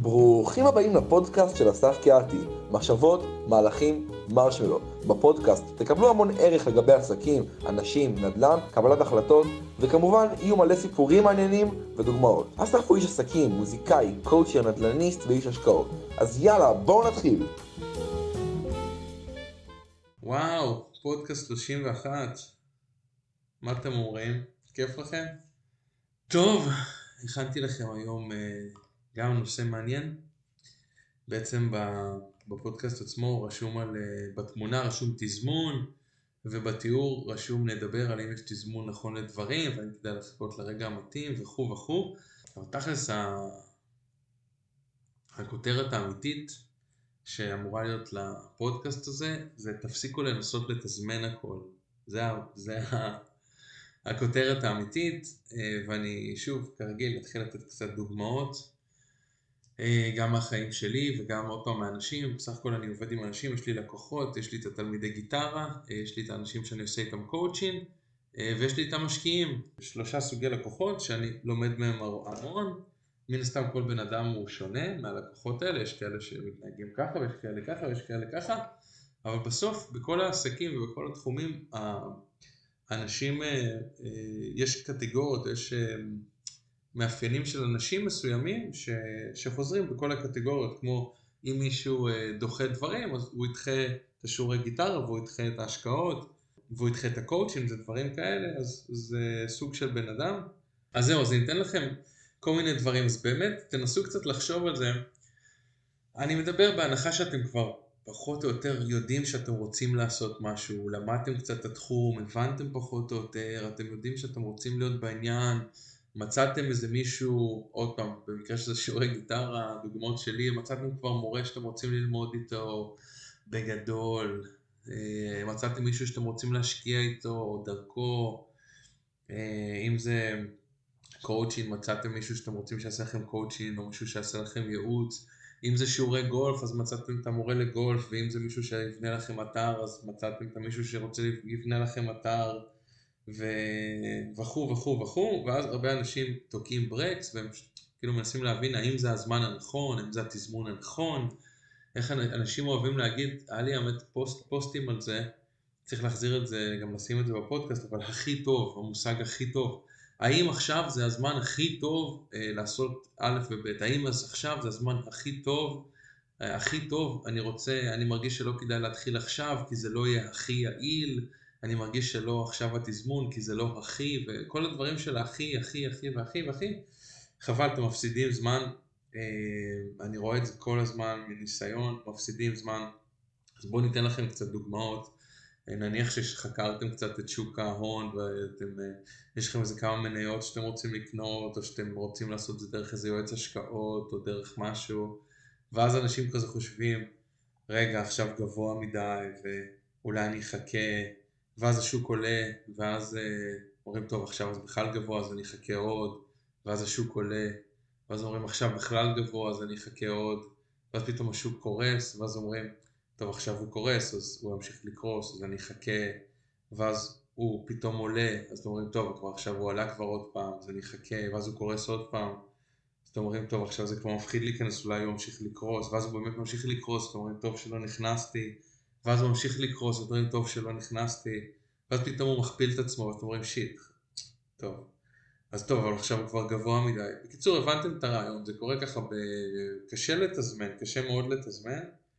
ברוכים הבאים לפודקאסט של אסף קיאתי, מחשבות, מהלכים, מרשמלו. בפודקאסט תקבלו המון ערך לגבי עסקים, אנשים, נדל"ן, קבלת החלטות, וכמובן יהיו מלא סיפורים מעניינים ודוגמאות. אסף הוא איש עסקים, מוזיקאי, קואוצ'ר, נדל"ניסט ואיש השקעות. אז יאללה, בואו נתחיל. וואו, פודקאסט 31. מה אתם אומרים? כיף לכם? טוב, הכנתי לכם היום גם נושא מעניין. בעצם בפודקאסט עצמו רשום בתמונה רשום תזמון, ובתיאור רשום נדבר על אם יש תזמון נכון לדברים, ואני כדאי לחכות לרגע המתאים וכו' וכו'. אבל תכלס הכותרת האמיתית שאמורה להיות לפודקאסט הזה, זה תפסיקו לנסות לתזמן הכל. זה הכותרת האמיתית, ואני שוב כרגיל אתחיל לתת קצת דוגמאות, גם מהחיים שלי וגם עוד פעם מהאנשים. בסך הכל אני עובד עם אנשים, יש לי לקוחות, יש לי את התלמידי גיטרה, יש לי את האנשים שאני עושה איתם קואוצ'ינג, ויש לי את המשקיעים. 3 סוגי לקוחות שאני לומד מהם המון. מן הסתם כל בן אדם הוא שונה מהלקוחות האלה, יש כאלה שמתנהגים ככה ויש כאלה ככה ויש כאלה ככה, אבל בסוף בכל העסקים ובכל התחומים האנשים, יש קטגוריות, יש מאפיינים של אנשים מסוימים שחוזרים בכל הקטגוריות, כמו אם מישהו דוחה דברים, אז הוא ידחה את השיעורי גיטרה והוא ידחה את ההשקעות והוא ידחה את הקואוצ'ים, זה דברים כאלה, אז זה סוג של בן אדם. אז זהו, אז אני אתן לכם כל מיני דברים, אז באמת תנסו קצת לחשוב על זה. אני מדבר בהנחה שאתם כבר פחות או יותר יודעים שאתם רוצים לעשות משהו, למדתם קצת את התחום, הבנתם פחות או יותר, אתם יודעים שאתם רוצים להיות בעניין, מצאתם איזה מישהו, עוד פעם, במקרה שזה שיעורי גיטרה, דוגמאות שלי, מצאתם כבר מורה שאתם רוצים ללמוד איתו בגדול, מצאתם מישהו שאתם רוצים להשקיע איתו או דרכו, אם זה קואוצ'ינג, מצאתם מישהו שאתם רוצים שיעשה לכם קואוצ'ינג או מישהו שיעשה לכם ייעוץ, אם זה שיעורי גולף אז מצאתם את המורה לגולף, ואם זה מישהו שיבנה לכם אתר אז מצאתם את מישהו שרוצה לבנה לכם אתר, וכו' וכו' וכו'. ואז הרבה אנשים תוקעים ברקס והם כאילו מנסים להבין האם זה הזמן הנכון, האם זה התזמון הנכון, איך אנשים אוהבים להגיד, היה לי האמת פוסטים על זה, צריך להחזיר את זה, גם לשים את זה בפודקאסט, אבל הכי טוב, המושג הכי טוב, האם עכשיו זה הזמן הכי טוב לעשות א' וב', האם אז עכשיו זה הזמן הכי טוב, אני מרגיש שלא כדאי להתחיל עכשיו, כי זה לא יהיה הכי יעיל, אני מרגיש שלא עכשיו התזמון, כי זה לא הכי, וכל הדברים של הכי, הכי, הכי והכי והכי, חבל, אתם מפסידים זמן, אני רואה את זה כל הזמן מניסיון, מפסידים זמן. אז בואו ניתן לכם קצת דוגמאות. נניח שחקרתם קצת את שוק ההון, ויש לכם איזה כמה מניות שאתם רוצים לקנות, או שאתם רוצים לעשות את זה דרך איזה יועץ השקעות, או דרך משהו, ואז אנשים כזה חושבים, רגע, עכשיו גבוה מדי, ואולי אני אחכה, ואז השוק עולה, ואז אומרים, טוב, עכשיו אז בכלל גבוה, אז אני אחכה עוד, ואז השוק עולה, ואז אומרים, עכשיו בכלל גבוה, אז אני אחכה עוד, ואז פתאום השוק קורס, ואז אומרים, טוב, עכשיו הוא קורס, אז הוא ימשיך לקרוס, אז אני אחכה, ואז הוא פתאום עולה, אז אתם אומרים, טוב, כבר עכשיו הוא עלה כבר עוד פעם, אז אני אחכה, ואז הוא קורס עוד פעם, אז אתם אומרים, טוב, עכשיו זה כבר מפחיד להיכנס, אולי הוא ממשיך לקרוס, ואז הוא באמת ממשיך לקרוס, אז אתם אומרים, טוב שלא נכנסתי, ואז הוא ממשיך לקרוס, אז אתם אומרים, טוב שלא נכנסתי, ואז פתאום הוא מכפיל את עצמו, אז אתם אומרים, שיט, טוב. אז טוב, אבל עכשיו הוא כבר גבוה מדי. בקיצור, הבנתם את הרעיון, זה קורה ככה קשה לתזמן, קשה מאוד לתזמן.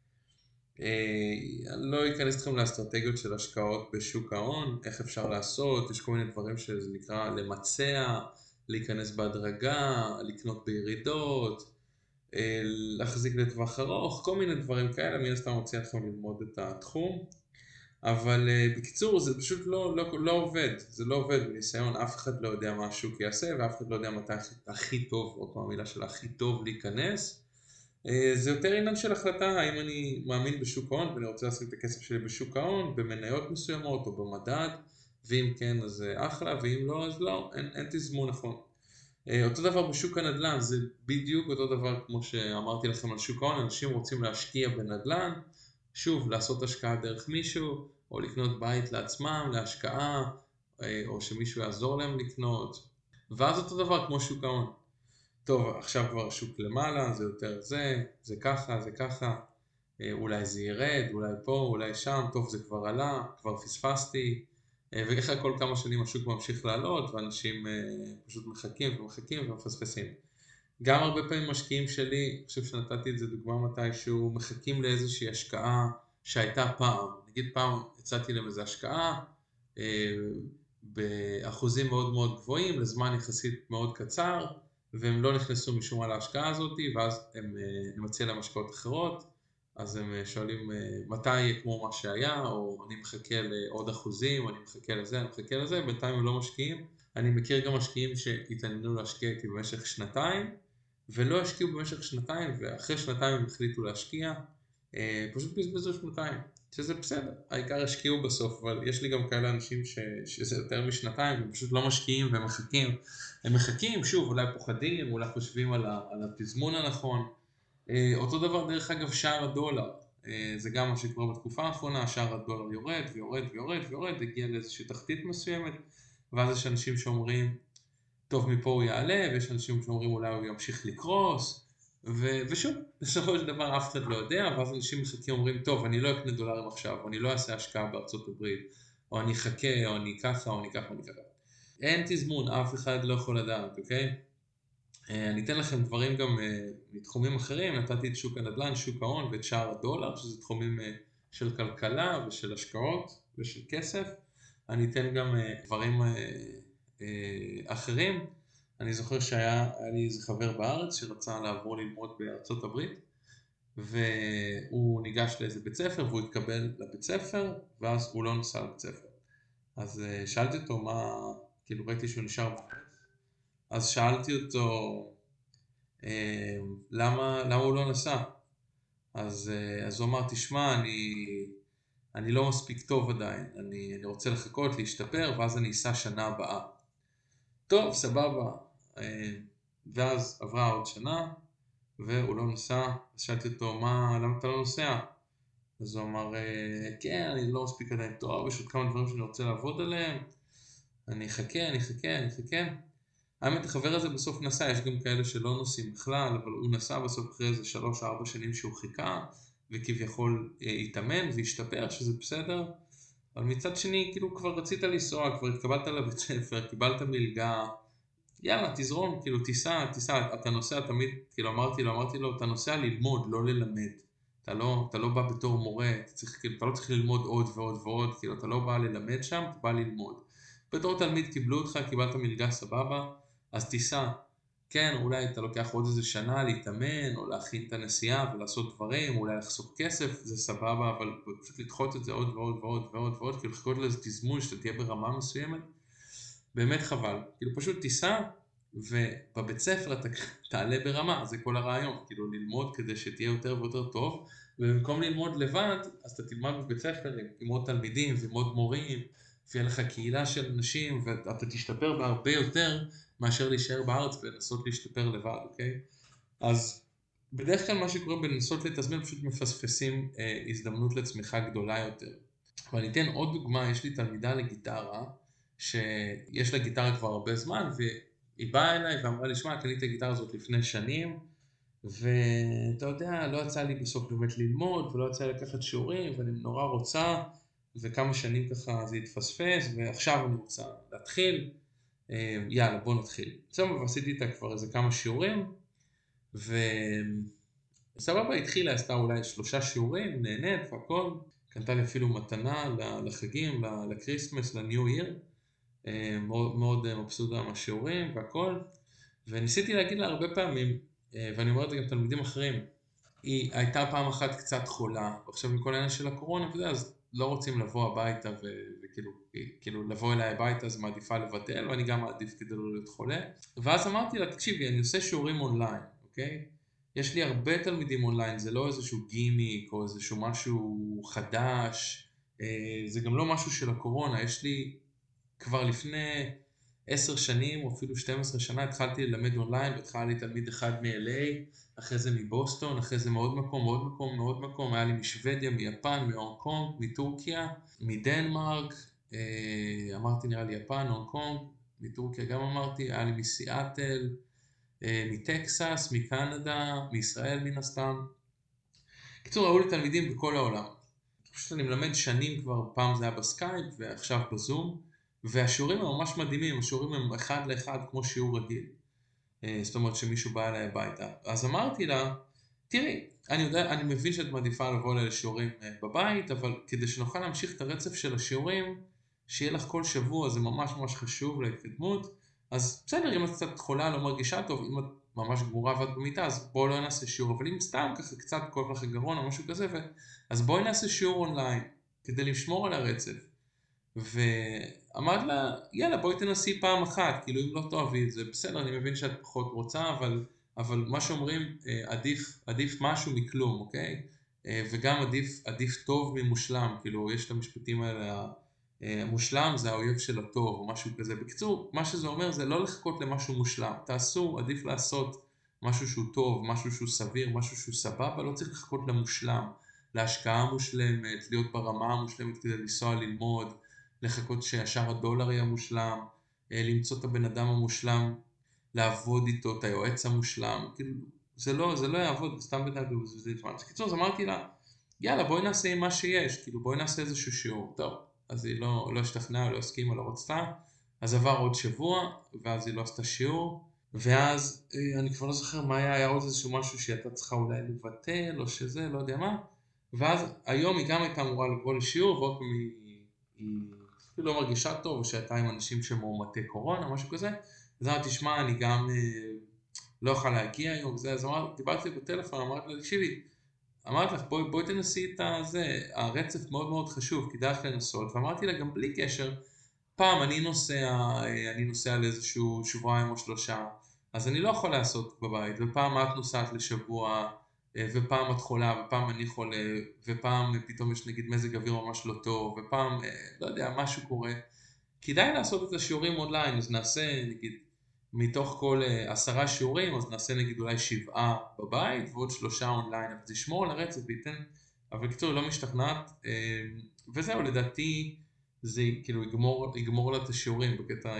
אני לא אכנס אתכם לאסטרטגיות של השקעות בשוק ההון, איך אפשר לעשות, יש כל מיני דברים שזה נקרא למצע, להיכנס בהדרגה, לקנות בירידות, להחזיק לטווח ארוך, כל מיני דברים כאלה, מן הסתם מציע לכם ללמוד את התחום. אבל בקיצור זה פשוט לא עובד, זה לא עובד בניסיון, אף אחד לא יודע מה השוק יעשה, ואף אחד לא יודע מתי הכי טוב, עוד פעם המילה של הכי טוב להיכנס. זה יותר עניין של החלטה, האם אני מאמין בשוק ההון ואני רוצה לשים את הכסף שלי בשוק ההון, במניות מסוימות או במדד, ואם כן אז אחלה, ואם לא אז לא, אין תזמון נכון. אותו דבר בשוק הנדל"ן, זה בדיוק אותו דבר כמו שאמרתי לכם על שוק ההון, אנשים רוצים להשקיע בנדל"ן, שוב, לעשות השקעה דרך מישהו, או לקנות בית לעצמם, להשקעה, או שמישהו יעזור להם לקנות, ואז אותו דבר כמו שוק ההון. טוב, עכשיו כבר השוק למעלה, זה יותר זה ככה, זה ככה, אולי זה ירד, אולי פה, אולי שם, טוב זה כבר עלה, כבר פספסתי, וככה כל כמה שנים השוק ממשיך לעלות, ואנשים פשוט מחכים ומחכים ומפספסים. גם הרבה פעמים משקיעים שלי, אני חושב שנתתי את זה דוגמה מתישהו, מחכים לאיזושהי השקעה שהייתה פעם. נגיד פעם הצעתי להם איזו השקעה באחוזים מאוד מאוד גבוהים, לזמן יחסית מאוד קצר, והם לא נכנסו משום מה להשקעה הזאת, ואז אני מציע להם השקעות אחרות, אז הם שואלים מתי יהיה כמו מה שהיה, או אני מחכה לעוד אחוזים, או אני מחכה לזה, אני מחכה לזה, בינתיים הם לא משקיעים. אני מכיר גם משקיעים שהתעניינו להשקיע איתי במשך שנתיים, ולא השקיעו במשך שנתיים, ואחרי שנתיים הם החליטו להשקיע, פשוט בזבזו שנתיים, שזה בסדר, העיקר השקיעו בסוף, אבל יש לי גם כאלה אנשים שזה יותר משנתיים, הם פשוט לא משקיעים והם מחכים, הם מחכים, שוב, אולי פוחדים, אולי חושבים על התזמון הנכון, אותו דבר דרך אגב שער הדולר, זה גם מה שקורה בתקופה האחרונה, שער הדולר יורד ויורד ויורד ויורד, הגיע לאיזושהי תחתית מסוימת, ואז יש אנשים שאומרים, טוב מפה הוא יעלה, ויש אנשים שאומרים אולי הוא ימשיך לקרוס, ושוב, בסופו של דבר אף אחד לא יודע, ואז אנשים מחכים אומרים, טוב אני לא אקנה דולרים עכשיו, או אני לא אעשה השקעה בארצות הברית, או אני אחכה, או אני ככה, או אני ככה, או אני ככה. אין תזמון, אף אחד לא יכול לדעת, אוקיי? אני אתן לכם דברים גם מתחומים אחרים, נתתי את שוק הנדל"ן, שוק ההון ואת שער הדולר, שזה תחומים של כלכלה ושל השקעות ושל כסף. אני אתן גם דברים אחרים. אני זוכר שהיה לי איזה חבר בארץ שרצה לעבור ללמוד בארצות הברית, והוא ניגש לאיזה בית ספר והוא התקבל לבית ספר, ואז הוא לא נסע לבית ספר. אז שאלתי אותו מה, כאילו ראיתי שהוא נשאר בארץ, אז שאלתי אותו למה הוא לא נסע. אז הוא אמר, תשמע, אני לא מספיק טוב עדיין, אני רוצה לחכות, להשתפר, ואז אני אסע שנה הבאה. טוב, סבבה. ואז עברה עוד שנה, והוא לא נסע. אז שאלתי אותו, למה אתה לא נוסע? אז הוא אמר, כן, אני לא מספיק עדיין טוב, יש עוד כמה דברים שאני רוצה לעבוד עליהם. אני אחכה. האמת, החבר הזה בסוף נסע, יש גם כאלה שלא נוסעים בכלל, אבל הוא נסע בסוף אחרי איזה 3-4 שנים שהוא חיכה, וכביכול יתאמן וישתפר, שזה בסדר. אבל מצד שני, כאילו כבר רצית לנסוע, כבר התקבלת לבית ספר, קיבלת מלגה, יאללה, תזרום, כאילו תיסע, אתה נוסע תמיד, כאילו אמרתי לו, אתה נוסע ללמוד, לא ללמד. אתה לא בא בתור מורה, אתה לא צריך ללמוד עוד ועוד ועוד, כאילו אתה לא בא ללמד שם, אתה בא ללמוד. בתור תלמיד קיבלו אותך, קיבלת מלגה סבבה, אז תיסע. כן, אולי אתה לוקח עוד איזה שנה להתאמן, או להכין את הנסיעה ולעשות דברים, אולי לחסוך כסף, זה סבבה, אבל פשוט לדחות את זה עוד ועוד ועוד ועוד ועוד, כאילו לחכות לאיזה תזמון שאתה תהיה ברמה מסוימת, באמת חבל. כאילו פשוט תיסע, ובבית ספר אתה תעלה ברמה, זה כל הרעיון, כאילו ללמוד כדי שתהיה יותר ויותר טוב, ובמקום ללמוד לבד, אז אתה תלמד בבית ספר עם עוד תלמידים ועם עוד מורים, ויהיה לך קהילה של אנשים, ואתה תשתפר בהרבה יותר מאשר להישאר בארץ ולנסות להשתפר לבד, אוקיי? אז בדרך כלל מה שקורה בלנסות לתזמן, פשוט מפספסים הזדמנות לצמיחה גדולה יותר. ואני אתן עוד דוגמה, יש לי תלמידה לגיטרה, שיש לה גיטרה כבר הרבה זמן, והיא באה אליי ואמרה לי, שמע, קניתי את הגיטרה הזאת לפני שנים, ואתה יודע, לא יצא לי בסוף באמת ללמוד, ולא יצא לי לקחת שיעורים, ואני נורא רוצה, וכמה שנים ככה זה התפספס, ועכשיו אני רוצה להתחיל, יאללה בוא נתחיל. בסדר, ועשיתי איתה כבר איזה כמה שיעורים, וסבבה התחילה, עשתה אולי 3 שיעורים, נהנית והכל, קנתה לי אפילו מתנה לחגים, לקריסמס, לניו ייר, מאוד מאוד מבסוטה מהשיעורים והכל, וניסיתי להגיד לה הרבה פעמים, ואני אומר את זה גם תלמידים אחרים, היא הייתה פעם אחת קצת חולה, ועכשיו עם כל העניין של הקורונה וזה, אז לא רוצים לבוא הביתה, וכאילו לבוא אליי הביתה, אז מעדיפה לבטל, ואני גם מעדיף כדי לא להיות חולה. ואז אמרתי לה, תקשיבי, אני עושה שיעורים אונליין, אוקיי? יש לי הרבה תלמידים אונליין, זה לא איזשהו גימיק, או איזשהו משהו חדש, זה גם לא משהו של הקורונה, יש לי כבר לפני 10 שנים, או אפילו 12 שנה, התחלתי ללמד אונליין, והתחלה לי תלמיד אחד מ-LA, אחרי זה מבוסטון, אחרי זה מעוד מקום, היה לי משוודיה, מיפן, מהונג קונג, מטורקיה, מדנמרק, אמרתי נראה לי יפן, הונג קונג, מטורקיה גם אמרתי, היה לי מסיאטל, מטקסס, מקנדה, מישראל מן הסתם. קיצור, היו לי תלמידים בכל העולם. פשוט אני מלמד שנים כבר, פעם זה היה בסקייפ ועכשיו בזום, והשיעורים הם ממש מדהימים, השיעורים הם אחד לאחד כמו שיעור רגיל. זאת אומרת שמישהו בא אליי הביתה. אז אמרתי לה, תראי, אני מבין שאת מעדיפה לבוא אליי לשיעורים בבית, אבל כדי שנוכל להמשיך את הרצף של השיעורים, שיהיה לך כל שבוע, זה ממש ממש חשוב להתקדמות. אז בסדר, אם את קצת חולה, לא מרגישה טוב, אם את ממש גמורה ואת במיטה, אז בואו לא נעשה שיעור. אבל אם סתם ככה קצת כואב לך הגרון או משהו כזה, אז בואי נעשה שיעור אונליין, כדי לשמור על הרצף. ואמרת לה, יאללה בואי תנסי פעם אחת, כאילו אם לא תאהבי את זה, בסדר, אני מבין שאת פחות רוצה, אבל מה שאומרים, עדיף משהו מכלום, אוקיי? וגם עדיף טוב ממושלם, כאילו יש את המשפטים האלה, מושלם זה האויב של הטוב, או משהו כזה. בקיצור, מה שזה אומר זה לא לחכות למשהו מושלם, עדיף לעשות משהו שהוא טוב, משהו שהוא סביר, משהו שהוא סבבה, לא צריך לחכות למושלם, להשקעה מושלמת, להיות ברמה המושלמת כדי לנסוע ללמוד, לחכות שישר הדולר יהיה מושלם, למצוא את הבן אדם המושלם, לעבוד איתו, את היועץ המושלם, כאילו, זה לא יעבוד, סתם בדעת ובזבז זמן. אז קיצור, אז אמרתי לה, יאללה, בואי נעשה עם מה שיש, כאילו, בואי נעשה איזשהו שיעור. טוב, אז היא לא השתכנעה, לא הסכימה, לא רצתה, אז עבר עוד שבוע, ואז היא לא עשתה שיעור, ואז אני כבר לא זוכר מה היה עוד איזשהו משהו שהייתה צריכה אולי לבטל, או שזה, לא יודע מה, ואז היום היא גם הייתה אמורה לבוא לשיעור, ועוד פעם היא לא מרגישה טוב, או שהייתה עם אנשים שמאומתי קורונה, משהו כזה, אז אמרתי, תשמע, אני גם לא אוכל להגיע היום, אז דיברתי בטלפון, אמרתי לה, תקשיבי, אמרתי לך, בואי תנסי את זה, הרצף מאוד מאוד חשוב, כדאי לך לנסות, ואמרתי לה, גם בלי קשר, פעם אני נוסע לאיזשהו שבועיים או 3, אז אני לא יכול לעשות בבית, ופעם את נוסעת לשבוע, ופעם את חולה, ופעם אני חולה, ופעם פתאום יש נגיד מזג אוויר ממש לא טוב, ופעם, לא יודע, משהו קורה. כדאי לעשות את השיעורים אונליין, אז נעשה נגיד מתוך כל 10 שיעורים, אז נעשה נגיד אולי 7 בבית, ועוד 3 אונליין, אבל זה ישמור על הרצף וייתן, אבל בקיצור היא לא משתכנעת, וזהו, לדעתי זה כאילו יגמור לה את השיעורים,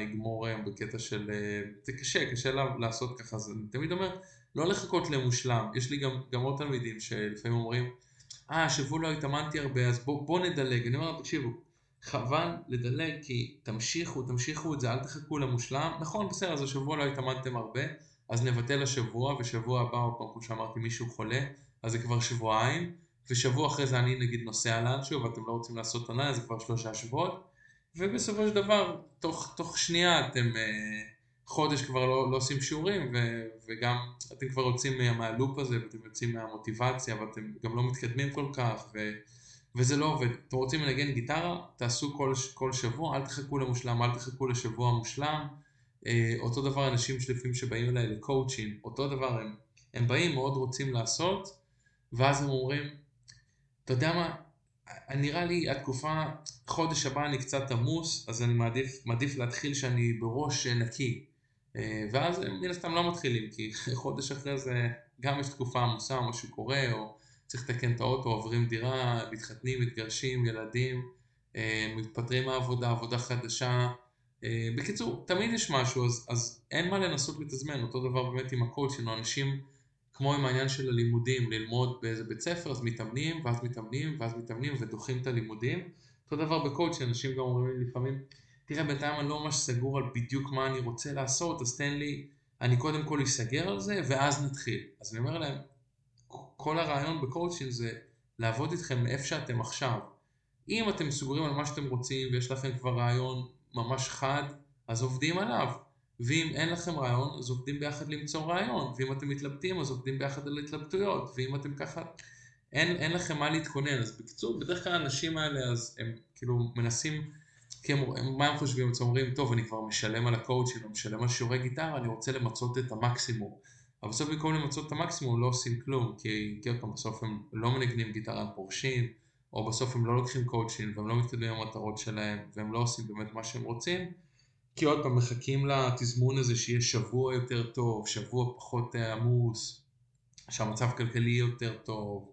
בקטע של, זה קשה לעשות ככה, אז אני תמיד אומר, לא לחכות למושלם, יש לי גם עוד תלמידים שלפעמים אומרים, שבוע לא התאמנתי הרבה, אז בוא נדלג, אני אומר, תקשיבו, חבל לדלג, כי תמשיכו את זה, אל תחכו למושלם, נכון, בסדר, אז השבוע לא התאמנתם הרבה, אז נבטל השבוע, ושבוע הבא, כמו שאמרתי, מישהו חולה, אז זה כבר שבועיים, ושבוע אחרי זה אני נגיד נוסע לאנשהו, ואתם לא רוצים לעשות עונה, אז זה כבר 3 שבועות, ובסופו של דבר, תוך שנייה אתם חודש כבר לא עושים שיעורים, וגם אתם כבר יוצאים מהלופ הזה, ואתם יוצאים מהמוטיבציה, ואתם גם לא מתקדמים כל כך, וזה לא עובד. אתם רוצים לנגן גיטרה, תעשו כל שבוע, אל תחכו למושלם, אל תחכו לשבוע מושלם. אותו דבר אנשים שלפעמים שבאים אליי לקואוצ'ין, אותו דבר הם באים, מאוד רוצים לעשות, ואז הם אומרים, אתה יודע מה, נראה לי התקופה, חודש הבא אני קצת עמוס, אז אני מעדיף להתחיל שאני בראש נקי. ואז מן הסתם לא מתחילים, כי חודש אחרי זה גם יש תקופה עמוסה, משהו קורה, או צריך לתקן את האוטו, עוברים דירה, מתחתנים, מתגרשים, ילדים, מתפטרים מהעבודה, עבודה חדשה. בקיצור, תמיד יש משהו, אז אין מה לנסות להתזמן. אותו דבר באמת עם הקואוצ'ינג, אנשים כמו עם העניין של הלימודים, ללמוד באיזה בית ספר, אז מתאמנים, ואז מתאמנים, ואז מתאמנים, ודוחים את הלימודים. אותו דבר בקואוצ'ינג, אנשים גם אומרים לי לפעמים, תראה, בינתיים אני לא ממש סגור על בדיוק מה אני רוצה לעשות, אז תן לי, אני קודם כל אסגר על זה, ואז נתחיל. אז אני אומר להם, כל הרעיון בקואוצ'ינג זה לעבוד איתכם מאיפה שאתם עכשיו. אם אתם סוגרים על מה שאתם רוצים, ויש לכם כבר רעיון ממש חד, אז עובדים עליו. ואם אין לכם רעיון, אז עובדים ביחד למצוא רעיון. ואם אתם מתלבטים, אז עובדים ביחד על התלבטויות. ואם אתם ככה, אין לכם מה להתכונן. אז בקיצור, בדרך כלל האנשים האלה, אז הם כאילו מנסים, מה הם חושבים? הם אומרים, טוב, אני כבר משלם על הקואוצ'ינג, אני משלם על שיעורי גיטרה, אני רוצה למצות את המקסימום. אבל בסוף במקום למצות את המקסימום, לא עושים כלום, כי עוד פעם, בסוף הם לא מנגנים גיטרה, הם פורשים, או בסוף הם לא לוקחים קואוצ'ינג, והם לא מתקדמים במטרות שלהם, והם לא עושים באמת מה שהם רוצים, כי עוד פעם מחכים לתזמון הזה שיהיה שבוע יותר טוב, שבוע פחות עמוס, שהמצב כלכלי יותר טוב,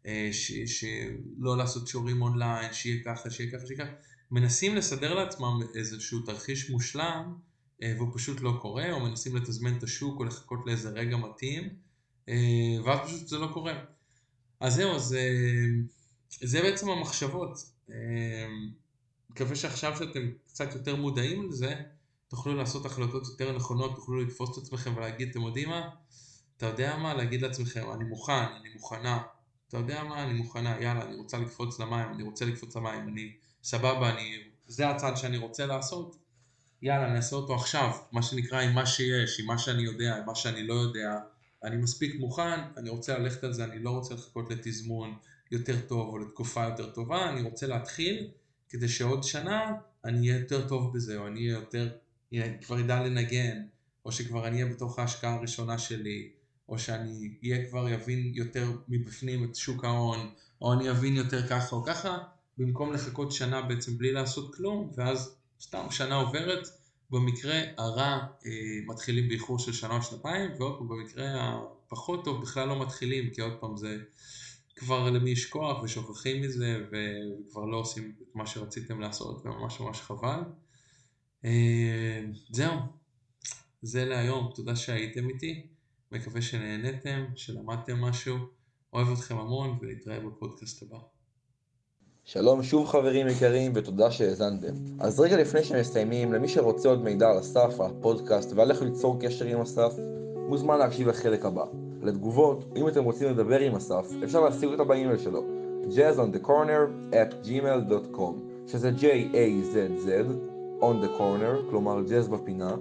שלא לעשות שיעורים אונליין, שיהיה ככה, מנסים לסדר לעצמם איזשהו תרחיש מושלם, והוא פשוט לא קורה, או מנסים לתזמן את השוק, או לחכות לאיזה רגע מתאים, ואז פשוט זה לא קורה. אז זהו, זה בעצם המחשבות. מקווה שעכשיו שאתם קצת יותר מודעים לזה, תוכלו לעשות החלטות יותר נכונות, תוכלו לתפוס את עצמכם ולהגיד, אתם יודעים מה? אתה יודע מה? להגיד לעצמכם, אני מוכן, אני מוכנה. אתה יודע מה? אני מוכנה, יאללה, אני רוצה לקפוץ למים, אני רוצה לקפוץ למים, אני סבבה, זה הצעד שאני רוצה לעשות. יאללה, אני אעשה אותו עכשיו, מה שנקרא עם מה שיש, עם מה שאני יודע, עם מה שאני לא יודע. אני מספיק מוכן, אני רוצה ללכת על זה, אני לא רוצה לחכות לתזמון יותר טוב או לתקופה יותר טובה, אני רוצה להתחיל כדי שעוד שנה אני אהיה יותר טוב בזה, או אני אהיה יותר, כבר ידע לנגן, או שכבר אני אהיה בתוך ההשקעה הראשונה שלי, או שאני אהיה כבר יבין יותר מבפנים את שוק ההון, או אני אבין יותר ככה או ככה, במקום לחכות שנה בעצם בלי לעשות כלום, ואז סתם שנה עוברת, במקרה הרע מתחילים באיחור של שנה או שנתיים, ועוד פעם במקרה הפחות טוב בכלל לא מתחילים, כי עוד פעם זה כבר למי יש כוח ושוכחים מזה, וכבר לא עושים את מה שרציתם לעשות, וממש ממש חבל. זהו, זה להיום, תודה שהייתם איתי, מקווה שנהנתם, שלמדתם משהו, אוהב אתכם המון ולהתראה בפודקאסט הבא. שלום שוב חברים יקרים ותודה שהאזנתם. אז רגע לפני שמסיימים, למי שרוצה עוד מידע על אסף, על הפודקאסט ועל איך ליצור קשר עם אסף, מוזמן להקשיב לחלק הבא. לתגובות, אם אתם רוצים לדבר עם אסף, אפשר להשיג אותה באימייל שלו, jazzonthecorner@gmail.com, שזה J-A-Z-Z, on the corner, כלומר jazz בפינה,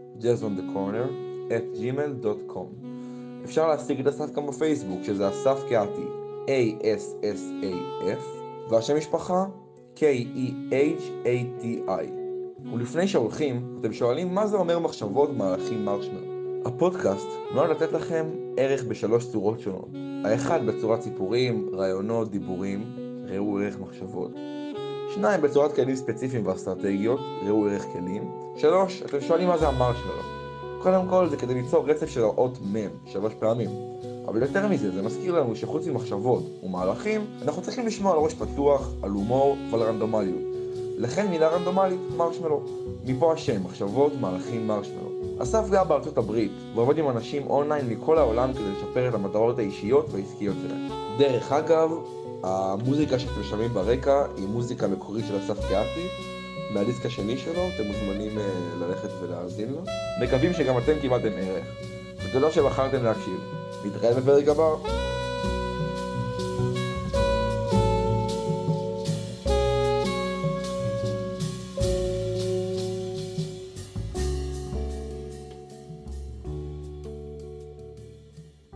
jazzonthecorner@gmail.com. אפשר להשיג את אסף גם בפייסבוק, שזה אסף קהתי, A-S-S-A-F, והשם משפחה K-E-H-A-T-I. ולפני שהולכים, אתם שואלים מה זה אומר מחשבות מהלכים מרשמלו. הפודקאסט נועד לתת לכם ערך בשלוש צורות שונות. האחד בצורת סיפורים, רעיונות, דיבורים, ראו ערך מחשבות. שניים בצורת כלים ספציפיים ואסטרטגיות, ראו ערך כלים. שלוש, אתם שואלים מה זה המרשמלו. קודם כל זה כדי ליצור רצף של האות מם, 3 פעמים. אבל יותר מזה, זה מזכיר לנו שחוץ ממחשבות ומהלכים, אנחנו צריכים לשמוע על ראש פתוח, על הומור ועל רנדומליות. לכן מילה רנדומלית, מרשמלו. מפה השם, מחשבות, מהלכים, מרשמלו. אסף גר בארצות הברית, ועובד עם אנשים אונליין מכל העולם כדי לשפר את המטרות האישיות והעסקיות שלהם. דרך אגב, המוזיקה שאתם שומעים ברקע היא מוזיקה מקורית של אסף קהתי, מהדיסק השני שלו, אתם מוזמנים ללכת ולהאזין לו. מקווים שגם אתם קיבלתם ערך. ותודה שבחרתם להקשיב. נתראה בפרק הבא.